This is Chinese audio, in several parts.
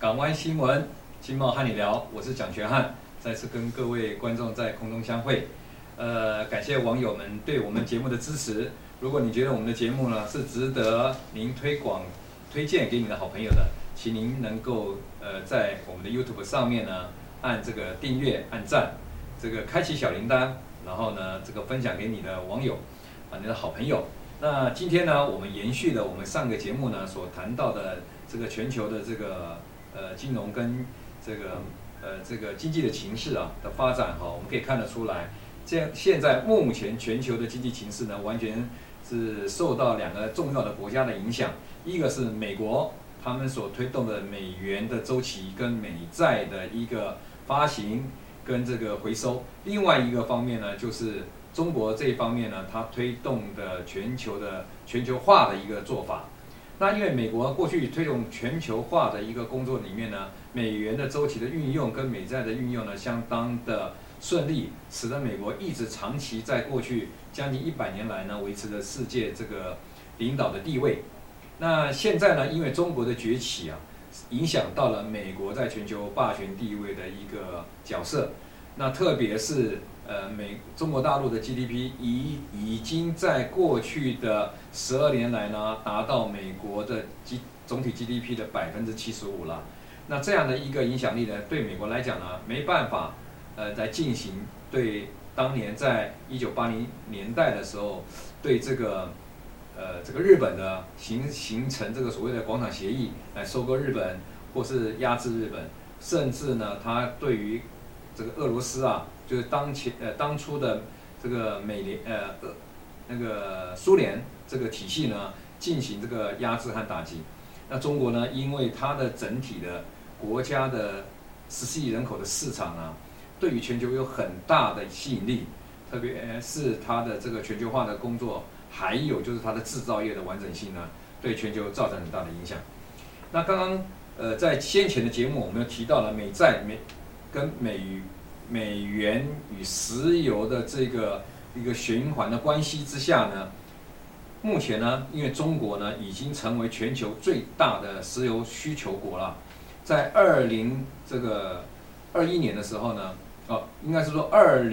港湾新闻，经贸和你聊，我是蒋全汉，再次跟各位观众在空中相会。感谢网友们对我们节目的支持。如果你觉得我们的节目呢是值得您推荐给你的好朋友的，请您能够在我们的 YouTube 上面呢按这个订阅、按赞，这个开启小铃铛，然后呢这个分享给你的网友你的好朋友。那今天呢，我们延续了我们上个节目呢所谈到的这个全球的这个金融跟这个经济的情势的发展我们可以看得出来，现在目前全球的经济情势呢，完全是受到两个重要的国家的影响，一个是美国他们所推动的美元的周期跟美债的一个发行跟这个回收，另外一个方面呢，就是中国这一方面呢，它推动的全球化的一个做法。那因为美国过去推动全球化的一个工作里面呢，美元的周期的运用跟美债的运用呢，相当的顺利，使得美国一直长期在过去将近100年来呢，维持着世界这个领导的地位。那现在呢，因为中国的崛起影响到了美国在全球霸权地位的一个角色。那特别是中国大陆的 GDP 已经在过去的12年来呢，达到美国的总体 GDP 的75%了。那这样的一个影响力呢，对美国来讲呢，没办法来进行对当年在1980年代的时候对这个日本的形成这个所谓的广场协议来收购日本或是压制日本，甚至呢，它对于这个俄罗斯就是当初的这个苏联这个体系呢，进行这个压制和打击。那中国呢，因为它的整体的国家的14亿人口的市场对于全球有很大的吸引力，特别是它的这个全球化的工作，还有就是它的制造业的完整性呢，对全球造成很大的影响。那刚刚在先前的节目我们又提到了美债跟美元与石油的这个一个循环的关系之下呢，目前呢，因为中国呢已经成为全球最大的石油需求国了，在2021年的时候呢，应该是说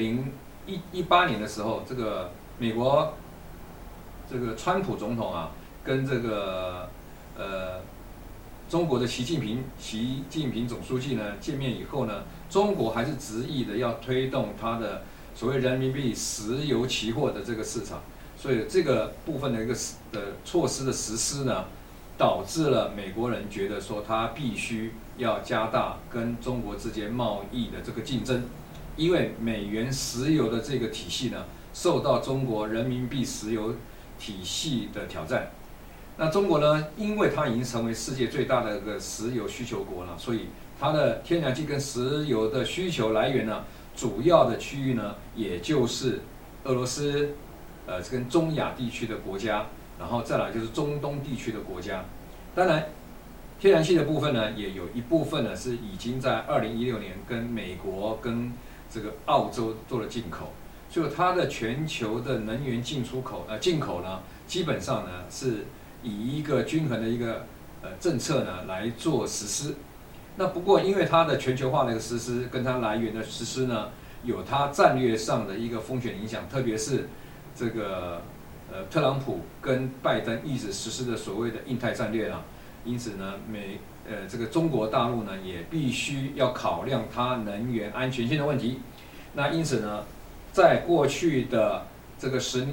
2018年的时候，这个美国这个川普总统跟这个中国的习近平总书记呢见面以后呢，中国还是执意的要推动它的所谓人民币石油期货的这个市场，所以这个部分的一个措施的实施呢，导致了美国人觉得说他必须要加大跟中国之间贸易的这个竞争，因为美元石油的这个体系呢，受到中国人民币石油体系的挑战。那中国呢，因为它已经成为世界最大的一个石油需求国了，所以它的天然气跟石油的需求来源呢，主要的区域呢，也就是俄罗斯，跟中亚地区的国家，然后再来就是中东地区的国家。当然，天然气的部分呢，也有一部分呢是已经在2016年跟美国跟这个澳洲做了进口，所以它的全球的能源进口呢，基本上呢是以一个均衡的一个政策呢来做实施。那不过因为它的全球化的一个实施跟它来源的实施呢，有它战略上的一个风险影响，特别是这个特朗普跟拜登一直实施的所谓的印太战略因此呢，这个中国大陆呢也必须要考量它能源安全性的问题。那因此呢，在过去的这个10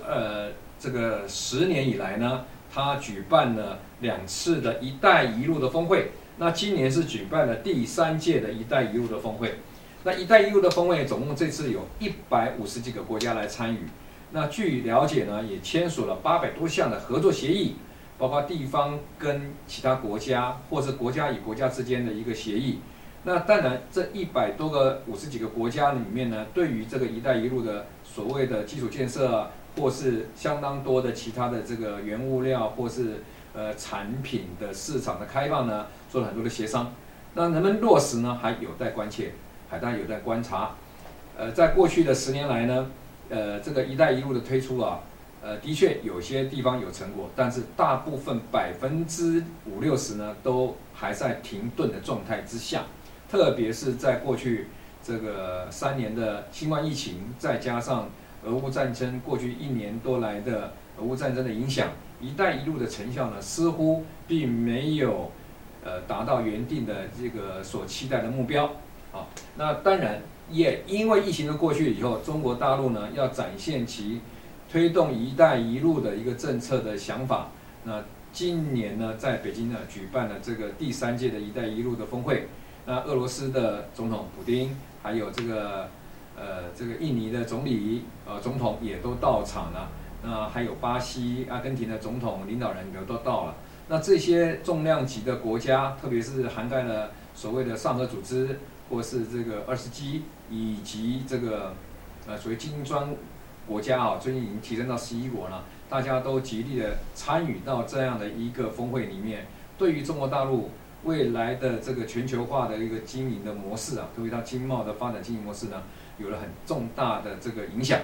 年以来呢，他举办了2次的一带一路的峰会。那今年是举办了第3届的一带一路的峰会。那一带一路的峰会总共这次有150几个国家来参与。那据了解呢，也签署了800多项的合作协议，包括地方跟其他国家，或是国家与国家之间的一个协议。那当然，这50几个国家里面呢，对于这个一带一路的所谓的基础建设或是相当多的其他的这个原物料或是产品的市场的开放呢，做了很多的协商。那能不能落实呢，还有待关切，还当然有待观察。在过去的10年来呢，这个一带一路的推出的确有些地方有成果，但是大部分50%-60%呢，都还在停顿的状态之下。特别是在过去这个3年的新冠疫情，再加上俄乌战争过去1年多来的俄乌战争的影响，“一带一路”的成效呢，似乎并没有达到原定的这个所期待的目标。好，那当然也因为疫情的过去以后，中国大陆呢要展现其推动“一带一路”的一个政策的想法。那今年呢，在北京呢举办了这个第3届的“一带一路”的峰会。那俄罗斯的总统普丁，还有这个印尼的总统也都到场了。那还有巴西、阿根廷的总统领导人也都到了。那这些重量级的国家，特别是涵盖了所谓的上合组织，或是这个20G，以及这个所谓金砖国家啊，最近已经提升到11国了，大家都极力的参与到这样的一个峰会里面，对于中国大陆未来的这个全球化的一个经营的模式啊，对于它经贸的发展经营模式呢，有了很重大的这个影响。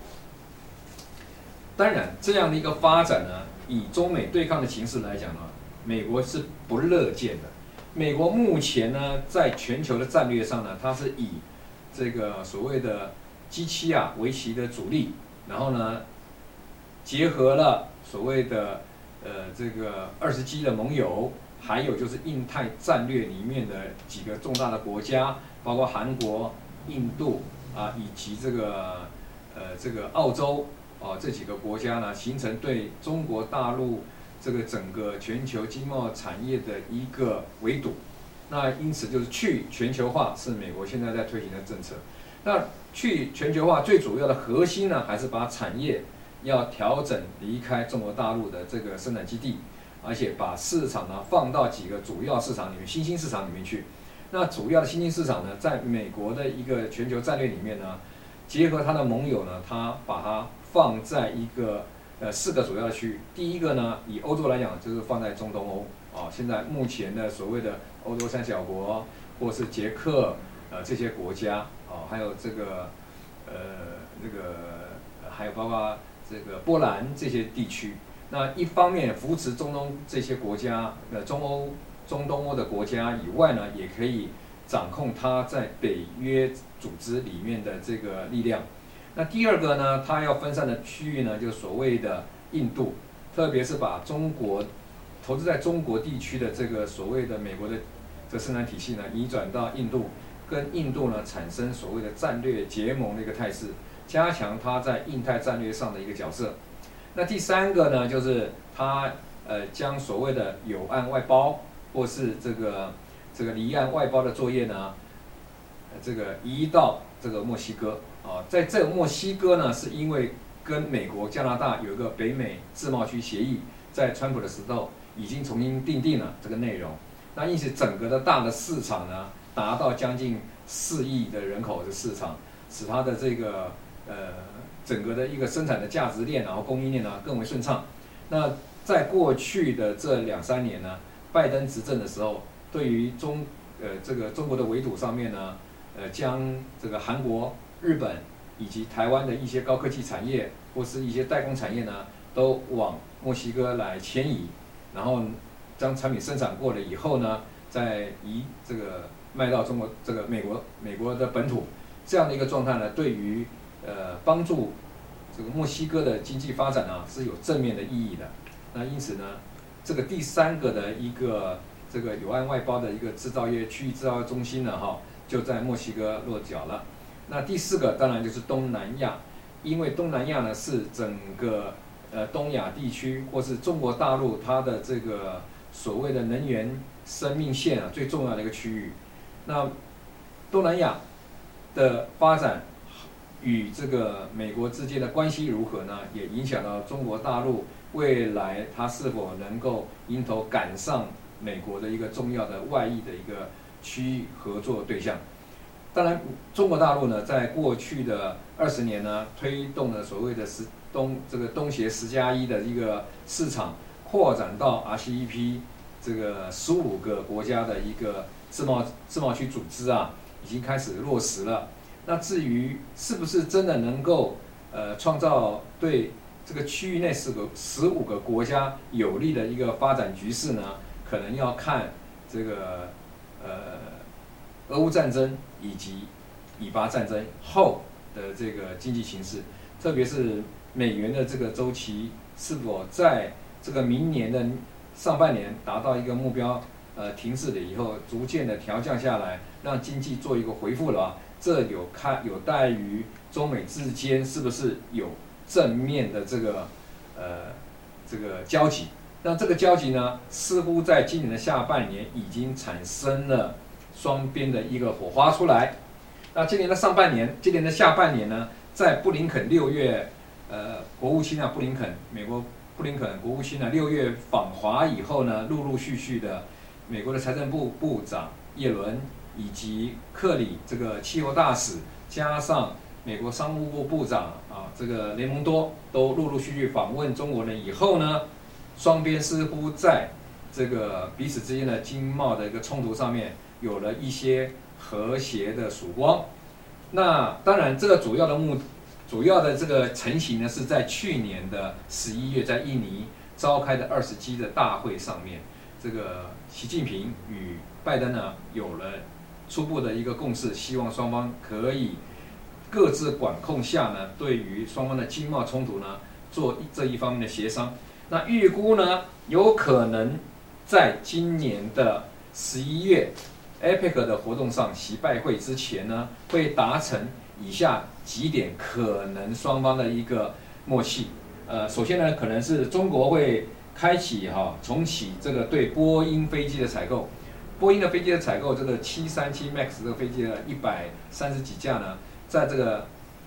当然，这样的一个发展呢，以中美对抗的形势来讲呢，美国是不乐见的。美国目前呢，在全球的战略上呢，它是以这个所谓的G7啊为其的主力，然后呢，结合了所谓的这个20G的盟友，还有就是印太战略里面的几个重大的国家，包括韩国、印度啊，以及这个澳洲这几个国家呢，形成对中国大陆这个整个全球经贸产业的一个围堵。那因此就是去全球化是美国现在在推行的政策。那去全球化最主要的核心呢，还是把产业要调整离开中国大陆的这个生产基地，而且把市场呢放到几个主要市场里面、新兴市场里面去。那主要的新兴市场呢，在美国的一个全球战略里面呢，结合它的盟友呢，它把它放在一个4个主要的区域。第一个呢，以欧洲来讲，就是放在中东欧现在目前的所谓的欧洲3小国，或是捷克这些国家还有这个还有包括这个波兰这些地区。那一方面扶持中东这些国家，中东欧的国家以外呢，也可以掌控它在北约组织里面的这个力量。那第二个呢，它要分散的区域呢，就是所谓的印度，特别是把中国投资在中国地区的这个所谓的美国的这生产体系呢，移转到印度，跟印度呢产生所谓的战略结盟的一个态势，加强它在印太战略上的一个角色。那第三个呢，就是它将所谓的友岸外包或是这个离岸外包的作业呢，这个移到这个墨西哥在这个墨西哥呢，是因为跟美国、加拿大有一个北美自贸区协议，在川普的时候已经重新订定了这个内容。那因此整个的大的市场呢，达到将近4亿的人口的市场，使它的这个整个的一个生产的价值链，然后供应链呢更为顺畅。那在过去的这2-3年呢，拜登执政的时候，对于中国的围堵上面呢，将这个韩国、日本以及台湾的一些高科技产业或是一些代工产业呢，都往墨西哥来迁移，然后将产品生产过了以后呢，再移这个卖到中国这个美国的本土，这样的一个状态呢，对于帮助这个墨西哥的经济发展呢是有正面的意义的。那因此呢，这个第3个的一个这个友岸外包的一个制造业区域制造业中心呢就在墨西哥落脚了。那第4个当然就是东南亚，因为东南亚呢是整个东亚地区或是中国大陆它的这个所谓的能源生命线最重要的一个区域。那东南亚的发展与这个美国之间的关系如何呢？也影响到中国大陆未来它是否能够迎头赶上美国的一个重要的外溢的一个区域合作对象。当然，中国大陆呢，在过去的20年呢，推动了所谓的东协10+1的一个市场扩展到 RCEP 这个15个国家的一个自贸区组织已经开始落实了。那至于是不是真的能够创造对这个区域内15个国家有利的一个发展局势呢，可能要看这个俄乌战争以及以巴战争后的这个经济形势，特别是美元的这个周期是否在这个明年的上半年达到一个目标，停滞了以后，逐渐的调降下来，让经济做一个回复了，这有待于中美之间是不是有正面的这个交集。那这个交集呢，似乎在今年的下半年已经产生了双边的一个火花出来。那今年的下半年呢，在布林肯6月，国务卿美国布林肯国务卿6月访华以后呢，陆陆续续的，美国的财政部部长耶伦以及克里这个气候大使，加上美国商务部部长这个雷蒙多都陆陆续续访问中国了以后呢，双边似乎在这个彼此之间的经贸的一个冲突上面有了一些和谐的曙光。那当然，这个主要的这个成型呢，是在去年的11月，在印尼召开的27的大会上面，这个习近平与拜登呢有了初步的一个共识，希望双方可以各自管控下呢，对于双方的经贸冲突呢做这一方面的协商。那预估呢，有可能在今年的11月 APEC 的活动上，习拜会之前呢，会达成以下几点可能双方的一个默契。首先呢，可能是中国会开启重启这个对波音飞机的采购。波音的飞机的采购，这个737 MAX 这个飞机的130几架呢，在这个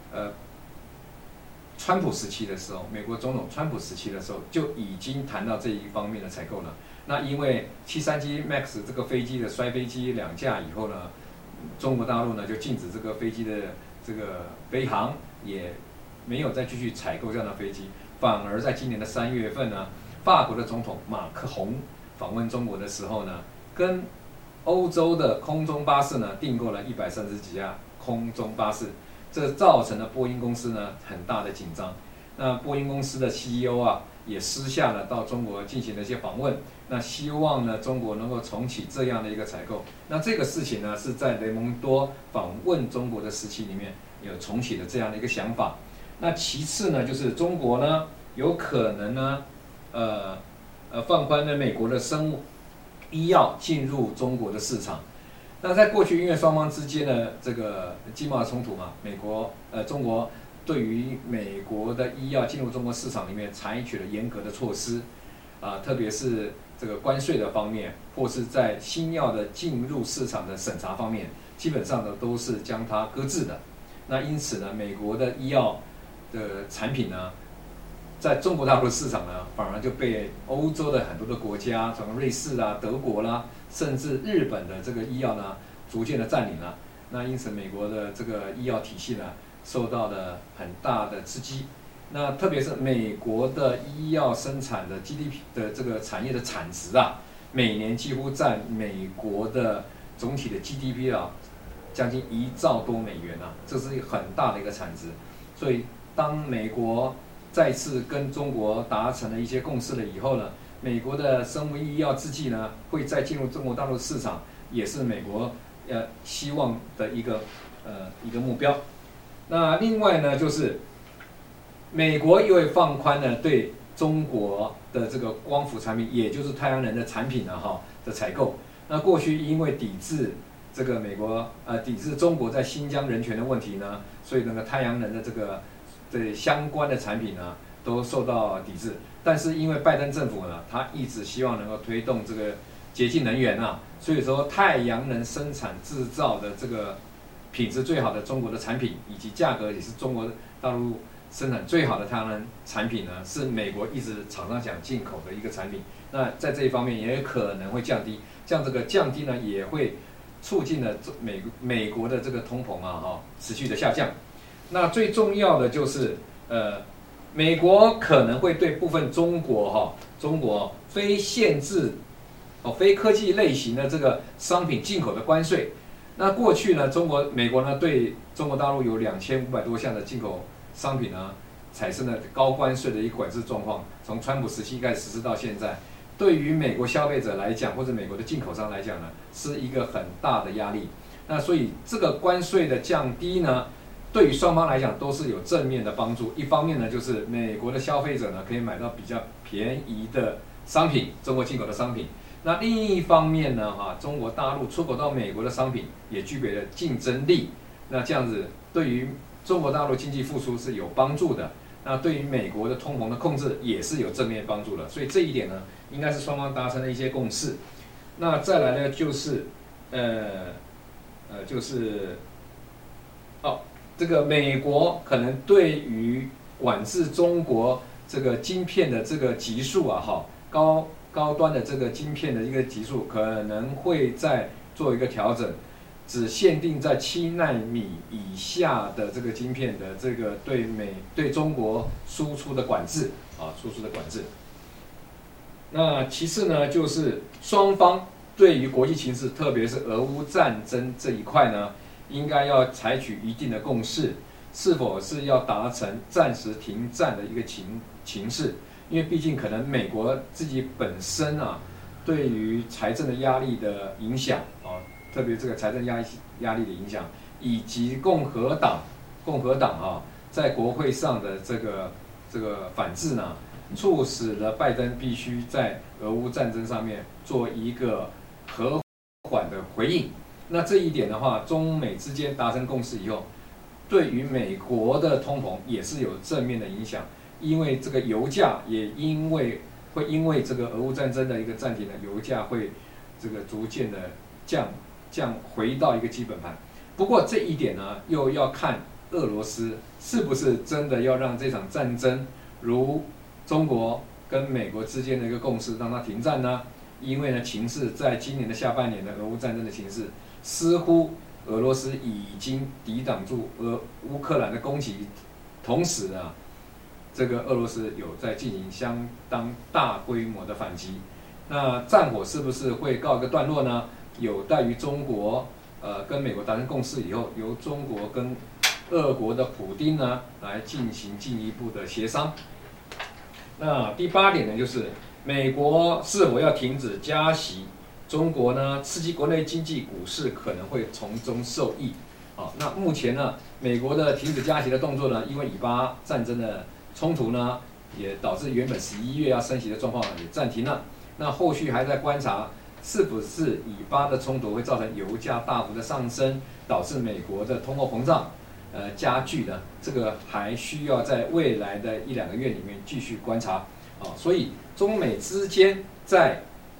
川普时期的时候，美国总统川普时期的时候就已经谈到这一方面的采购了。那因为737 MAX 这个飞机的摔飞机2架以后呢，中国大陆呢就禁止这个飞机的这个飞航，也没有再继续采购这样的飞机，反而在今年的3月份呢，法国的总统马克宏访问中国的时候呢，跟欧洲的空中巴士呢订购了130几架空中巴士，这造成了波音公司呢很大的紧张。那波音公司的 CEO 也私下呢到中国进行了一些访问，那希望呢中国能够重启这样的一个采购。那这个事情呢是在雷蒙多访问中国的时期里面有重启的这样的一个想法。那其次呢，就是中国呢有可能呢放宽了美国的生物医药进入中国的市场。那在过去因为双方之间的这个经贸冲突嘛，中国对于美国的医药进入中国市场里面采取了严格的措施，特别是这个关税的方面，或是在新药的进入市场的审查方面，基本上呢都是将它搁置的。那因此呢，美国的医药的产品呢，在中国大陆市场呢，反而就被欧洲的很多的国家，从瑞士啦、德国啦，甚至日本的这个医药呢，逐渐的占领了。那因此，美国的这个医药体系呢，受到了很大的刺激。那特别是美国的医药生产的 GDP 的这个产业的产值每年几乎占美国的总体的 GDP 将近1兆多美元这是一个很大的一个产值。所以，当美国再次跟中国达成了一些共识了以后呢，美国的生物医药制剂呢，会再进入中国大陆市场，也是美国希望的一个目标。那另外呢，就是美国又会放宽了对中国的这个光伏产品，也就是太阳能的产品的采购。那过去因为抵制这个抵制中国在新疆人权的问题呢，所以那个太阳能的这个相关的产品呢都受到抵制。但是因为拜登政府呢，他一直希望能够推动这个洁净能源所以说太阳能生产制造的这个品质最好的中国的产品，以及价格也是中国大陆生产最好的太阳能产品呢，是美国一直厂商想进口的一个产品。那在这一方面也可能会降低，这个降低呢，也会促进了美国的这个通膨持续的下降。那最重要的就是美国可能会对部分中国非限制非科技类型的这个商品进口的关税。那过去呢，美国呢对中国大陆有2500多项的进口商品呢， 产生了高关税的一个管制状况，从川普时期开始实施到现在，对于美国消费者来讲，或者美国的进口商来讲呢，是一个很大的压力。那所以这个关税的降低呢，对于双方来讲都是有正面的帮助。一方面呢，就是美国的消费者呢可以买到比较便宜的商品，中国进口的商品。那另一方面呢，中国大陆出口到美国的商品也具备了竞争力。那这样子对于中国大陆经济复苏是有帮助的。那对于美国的通膨的控制也是有正面帮助的。所以这一点呢，应该是双方达成的一些共识。那再来呢，就是这个美国可能对于管制中国这个晶片的这个级数高端的这个晶片的一个级数，可能会再做一个调整，只限定在7奈米以下的这个晶片的这个对中国输出的管制那其次呢，就是双方对于国际情势，特别是俄乌战争这一块呢，应该要采取一定的共识，是否是要达成暂时停战的一个情势？因为毕竟可能美国自己本身对于财政的压力的影响特别这个财政压力的影响，以及共和党在国会上的这个反制呢，促使了拜登必须在俄乌战争上面做一个和缓的回应。那这一点的话，中美之间达成共识以后，对于美国的通膨也是有正面的影响，因为这个油价也因为这个俄乌战争的一个暂停呢，油价会这个逐渐的降回到一个基本盘。不过这一点呢，又要看俄罗斯是不是真的要让这场战争如中国跟美国之间的一个共识，让它停战呢？因为呢，情势在今年的下半年的俄乌战争的情势，似乎俄罗斯已经抵挡住乌克兰的攻击，同时呢，这个俄罗斯有在进行相当大规模的反击。那战火是不是会告一个段落呢？有待于中国跟美国达成共识以后，由中国跟俄国的普丁呢来进行进一步的协商。那第8点呢，就是美国是否要停止加息，中国呢刺激国内经济，股市可能会从中受益。那目前呢，美国的停止加息的动作呢，因为以巴战争的冲突呢，也导致原本11月要升息的状况也暂停了。那后续还在观察是不是以巴的冲突会造成油价大幅的上升，导致美国的通货膨胀加剧呢？这个还需要在未来的1-2个月里面继续观察。所以中美之间在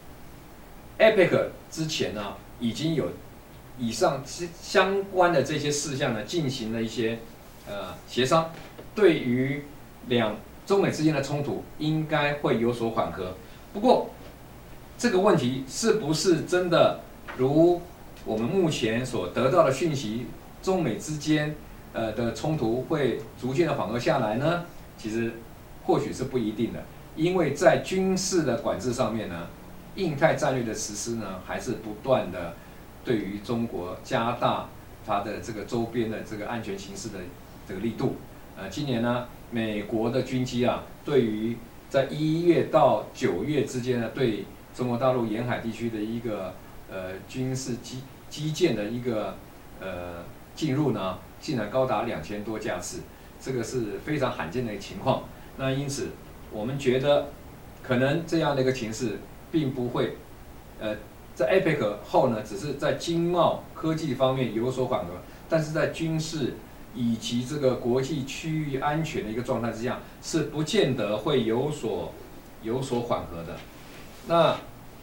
APEC 之前呢，已经有以上相关的这些事项呢进行了一些协商，对于中美之间的冲突应该会有所缓和。不过这个问题是不是真的如我们目前所得到的讯息，中美之间的冲突会逐渐的缓和下来呢？其实或许是不一定的，因为在军事的管制上面呢，印太战略的实施呢，还是不断的对于中国加大它的这个周边的这个安全形势的这个力度。今年呢，美国的军机对于在1月到9月之间呢，对中国大陆沿海地区的一个军事基建的一个进入呢，竟然高达2000多架次，这个是非常罕见的一个情况。那因此，我们觉得可能这样的一个情势并不会在 APEC 后呢，只是在经贸科技方面有所缓和，但是在军事以及这个国际区域安全的一个状态之下，是不见得会有所缓和的。那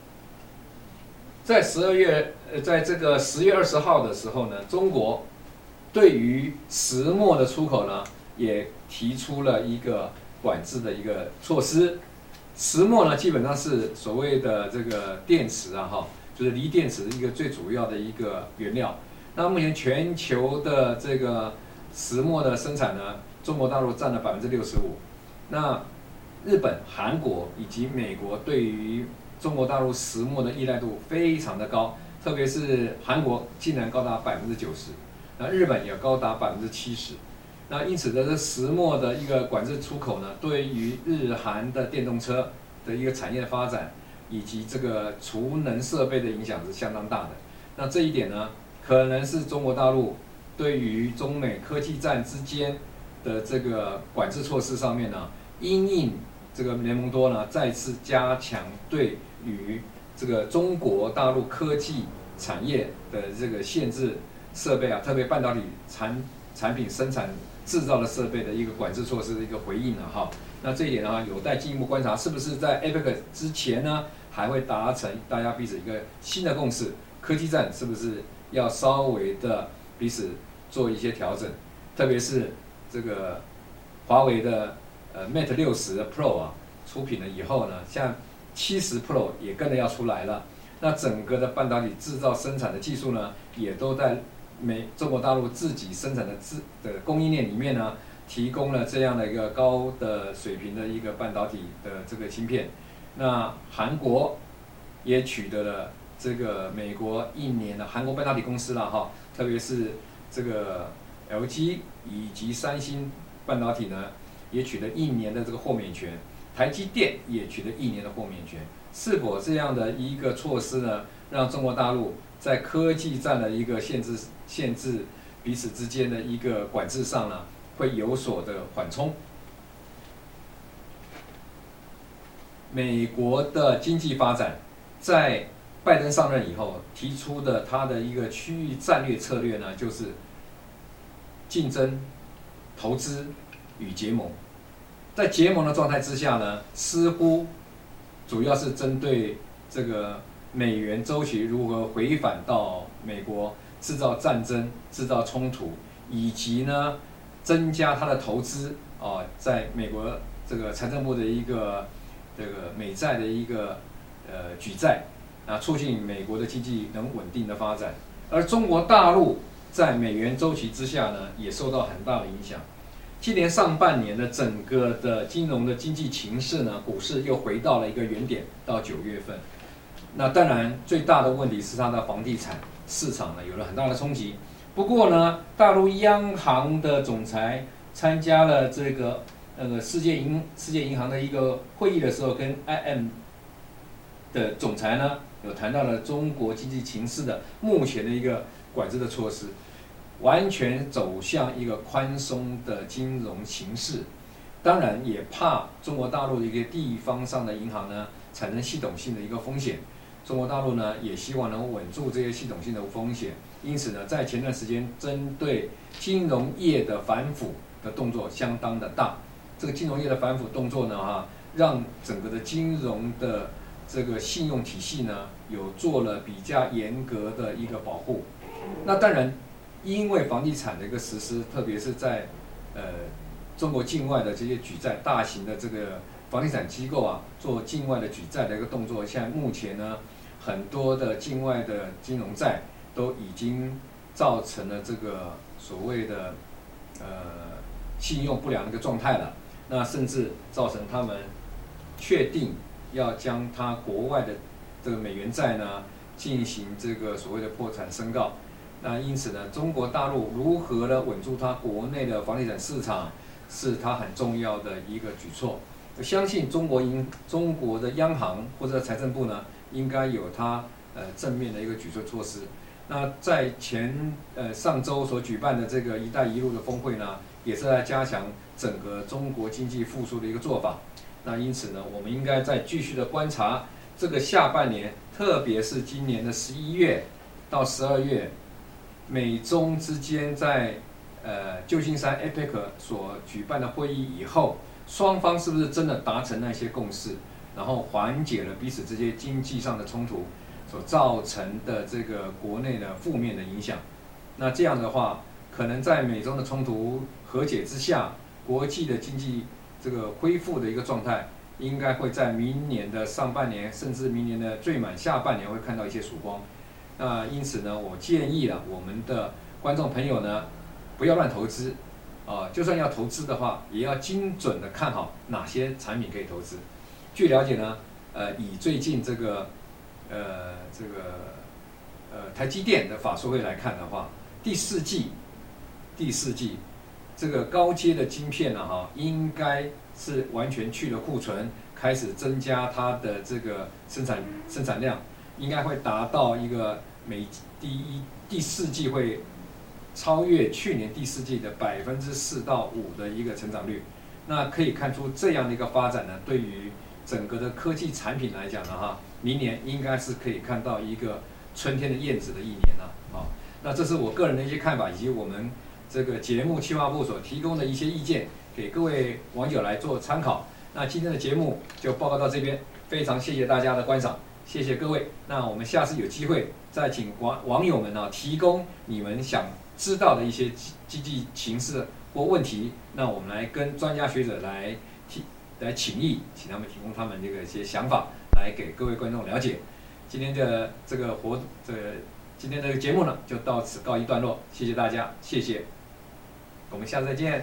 在在这个10月20号的时候呢，中国对于石墨的出口呢，也提出了一个管制的一个措施。石墨呢，基本上是所谓的这个电池就是锂电池的一个最主要的一个原料。那目前全球的这个石墨的生产呢，中国大陆占了65%。那日本、韩国以及美国对于中国大陆石墨的依赖度非常的高，特别是韩国竟然高达90%，那日本也高达70%。 那因此的这石墨的一个管制出口呢，对于日韩的电动车的一个产业的发展，以及这个储能设备的影响是相当大的。那这一点呢，可能是中国大陆对于中美科技战之间的这个管制措施上面呢，因应这个联盟多呢再次加强对于这个中国大陆科技产业的这个限制设备啊，特别半导体产品生产制造的设备的一个管制措施的一个回应了哈。那这一点呢，有待进一步观察，是不是在 APEC 之前呢，还会达成大家彼此一个新的共识？科技战是不是要稍微的彼此做一些调整？特别是这个华为的Mate 60 Pro 啊出品了以后呢，像70 Pro 也跟着要出来了。那整个的半导体制造生产的技术呢，也都在中国大陆自己生产的供应链里面呢，提供了这样的一个高的水平的一个半导体的这个芯片。那韩国也取得了这个美国1年的韩国半导体公司了哈，特别是这个 LG 以及三星半导体呢，也取得1年的这个豁免权，台积电也取得1年的豁免权。是否这样的一个措施呢，让中国大陆在科技战的一个限制彼此之间的一个管制上呢，会有所的缓冲？美国的经济发展在拜登上任以后提出的他的一个区域战略策略呢，就是竞争、投资与结盟。在结盟的状态之下呢，似乎主要是针对这个美元周期如何回返到美国，制造战争、制造冲突，以及呢增加它的投资啊，在美国这个财政部的一个这个美债的一个举债啊，促进美国的经济能稳定的发展。而中国大陆在美元周期之下呢，也受到很大的影响。今年上半年的整个的金融的经济情势呢，股市又回到了一个原点，到9月份。那当然最大的问题是它的房地产市场呢有了很大的冲击。不过呢，大陆央行的总裁参加了这个世界银行的一个会议的时候，跟 IM 的总裁呢有谈到了中国经济情势的目前的一个管制的措施。完全走向一个宽松的金融形势，当然也怕中国大陆的一个地方上的银行呢产生系统性的一个风险。中国大陆呢也希望能稳住这些系统性的风险，因此呢，在前段时间针对金融业的反腐的动作相当的大。这个金融业的反腐动作呢，让整个的金融的这个信用体系呢有做了比较严格的一个保护。那当然，因为房地产的一个实施，特别是在中国境外的这些举债，大型的这个房地产机构啊，做境外的举债的一个动作，现在目前呢，很多的境外的金融债都已经造成了这个所谓的信用不良的一个状态了。那甚至造成他们确定要将他国外的这个美元债呢进行这个所谓的破产申告。那因此呢，中国大陆如何呢稳住它国内的房地产市场，是它很重要的一个举措。我相信中国的央行或者财政部呢，应该有它正面的一个举措措施。那在上周所举办的这个“一带一路”的峰会呢，也是在加强整个中国经济复苏的一个做法。那因此呢，我们应该再继续的观察这个下半年，特别是今年的11月到12月。美中之间在旧金山 APEC 所举办的会议以后，双方是不是真的达成那些共识，然后缓解了彼此之间经济上的冲突所造成的这个国内的负面的影响？那这样的话，可能在美中的冲突和解之下，国际的经济这个恢复的一个状态，应该会在明年的上半年，甚至明年的最满下半年会看到一些曙光。那因此呢，我建议我们的观众朋友呢，不要乱投资，就算要投资的话，也要精准的看好哪些产品可以投资。据了解呢，以最近这个台积电的法说会来看的话，第四季这个高阶的晶片应该是完全去了库存，开始增加它的这个生产量，应该会达到一个第四季会超越去年第四季的4%到5%的一个成长率。那可以看出这样的一个发展呢，对于整个的科技产品来讲呢，明年应该是可以看到一个春天的燕子的一年了。那这是我个人的一些看法，以及我们这个节目企划部所提供的一些意见，给各位网友来做参考。那今天的节目就报告到这边，非常谢谢大家的观赏，谢谢各位。那我们下次有机会再请网友们提供你们想知道的一些经济情势或问题，那我们来跟专家学者来请益，请他们提供他们这个一些想法，来给各位观众了解。今天的这个今天的节目呢，就到此告一段落，谢谢大家，谢谢，我们下次再见。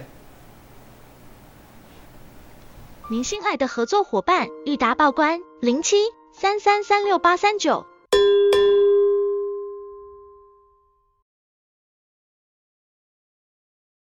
您心爱的合作伙伴，裕达报关0733363839。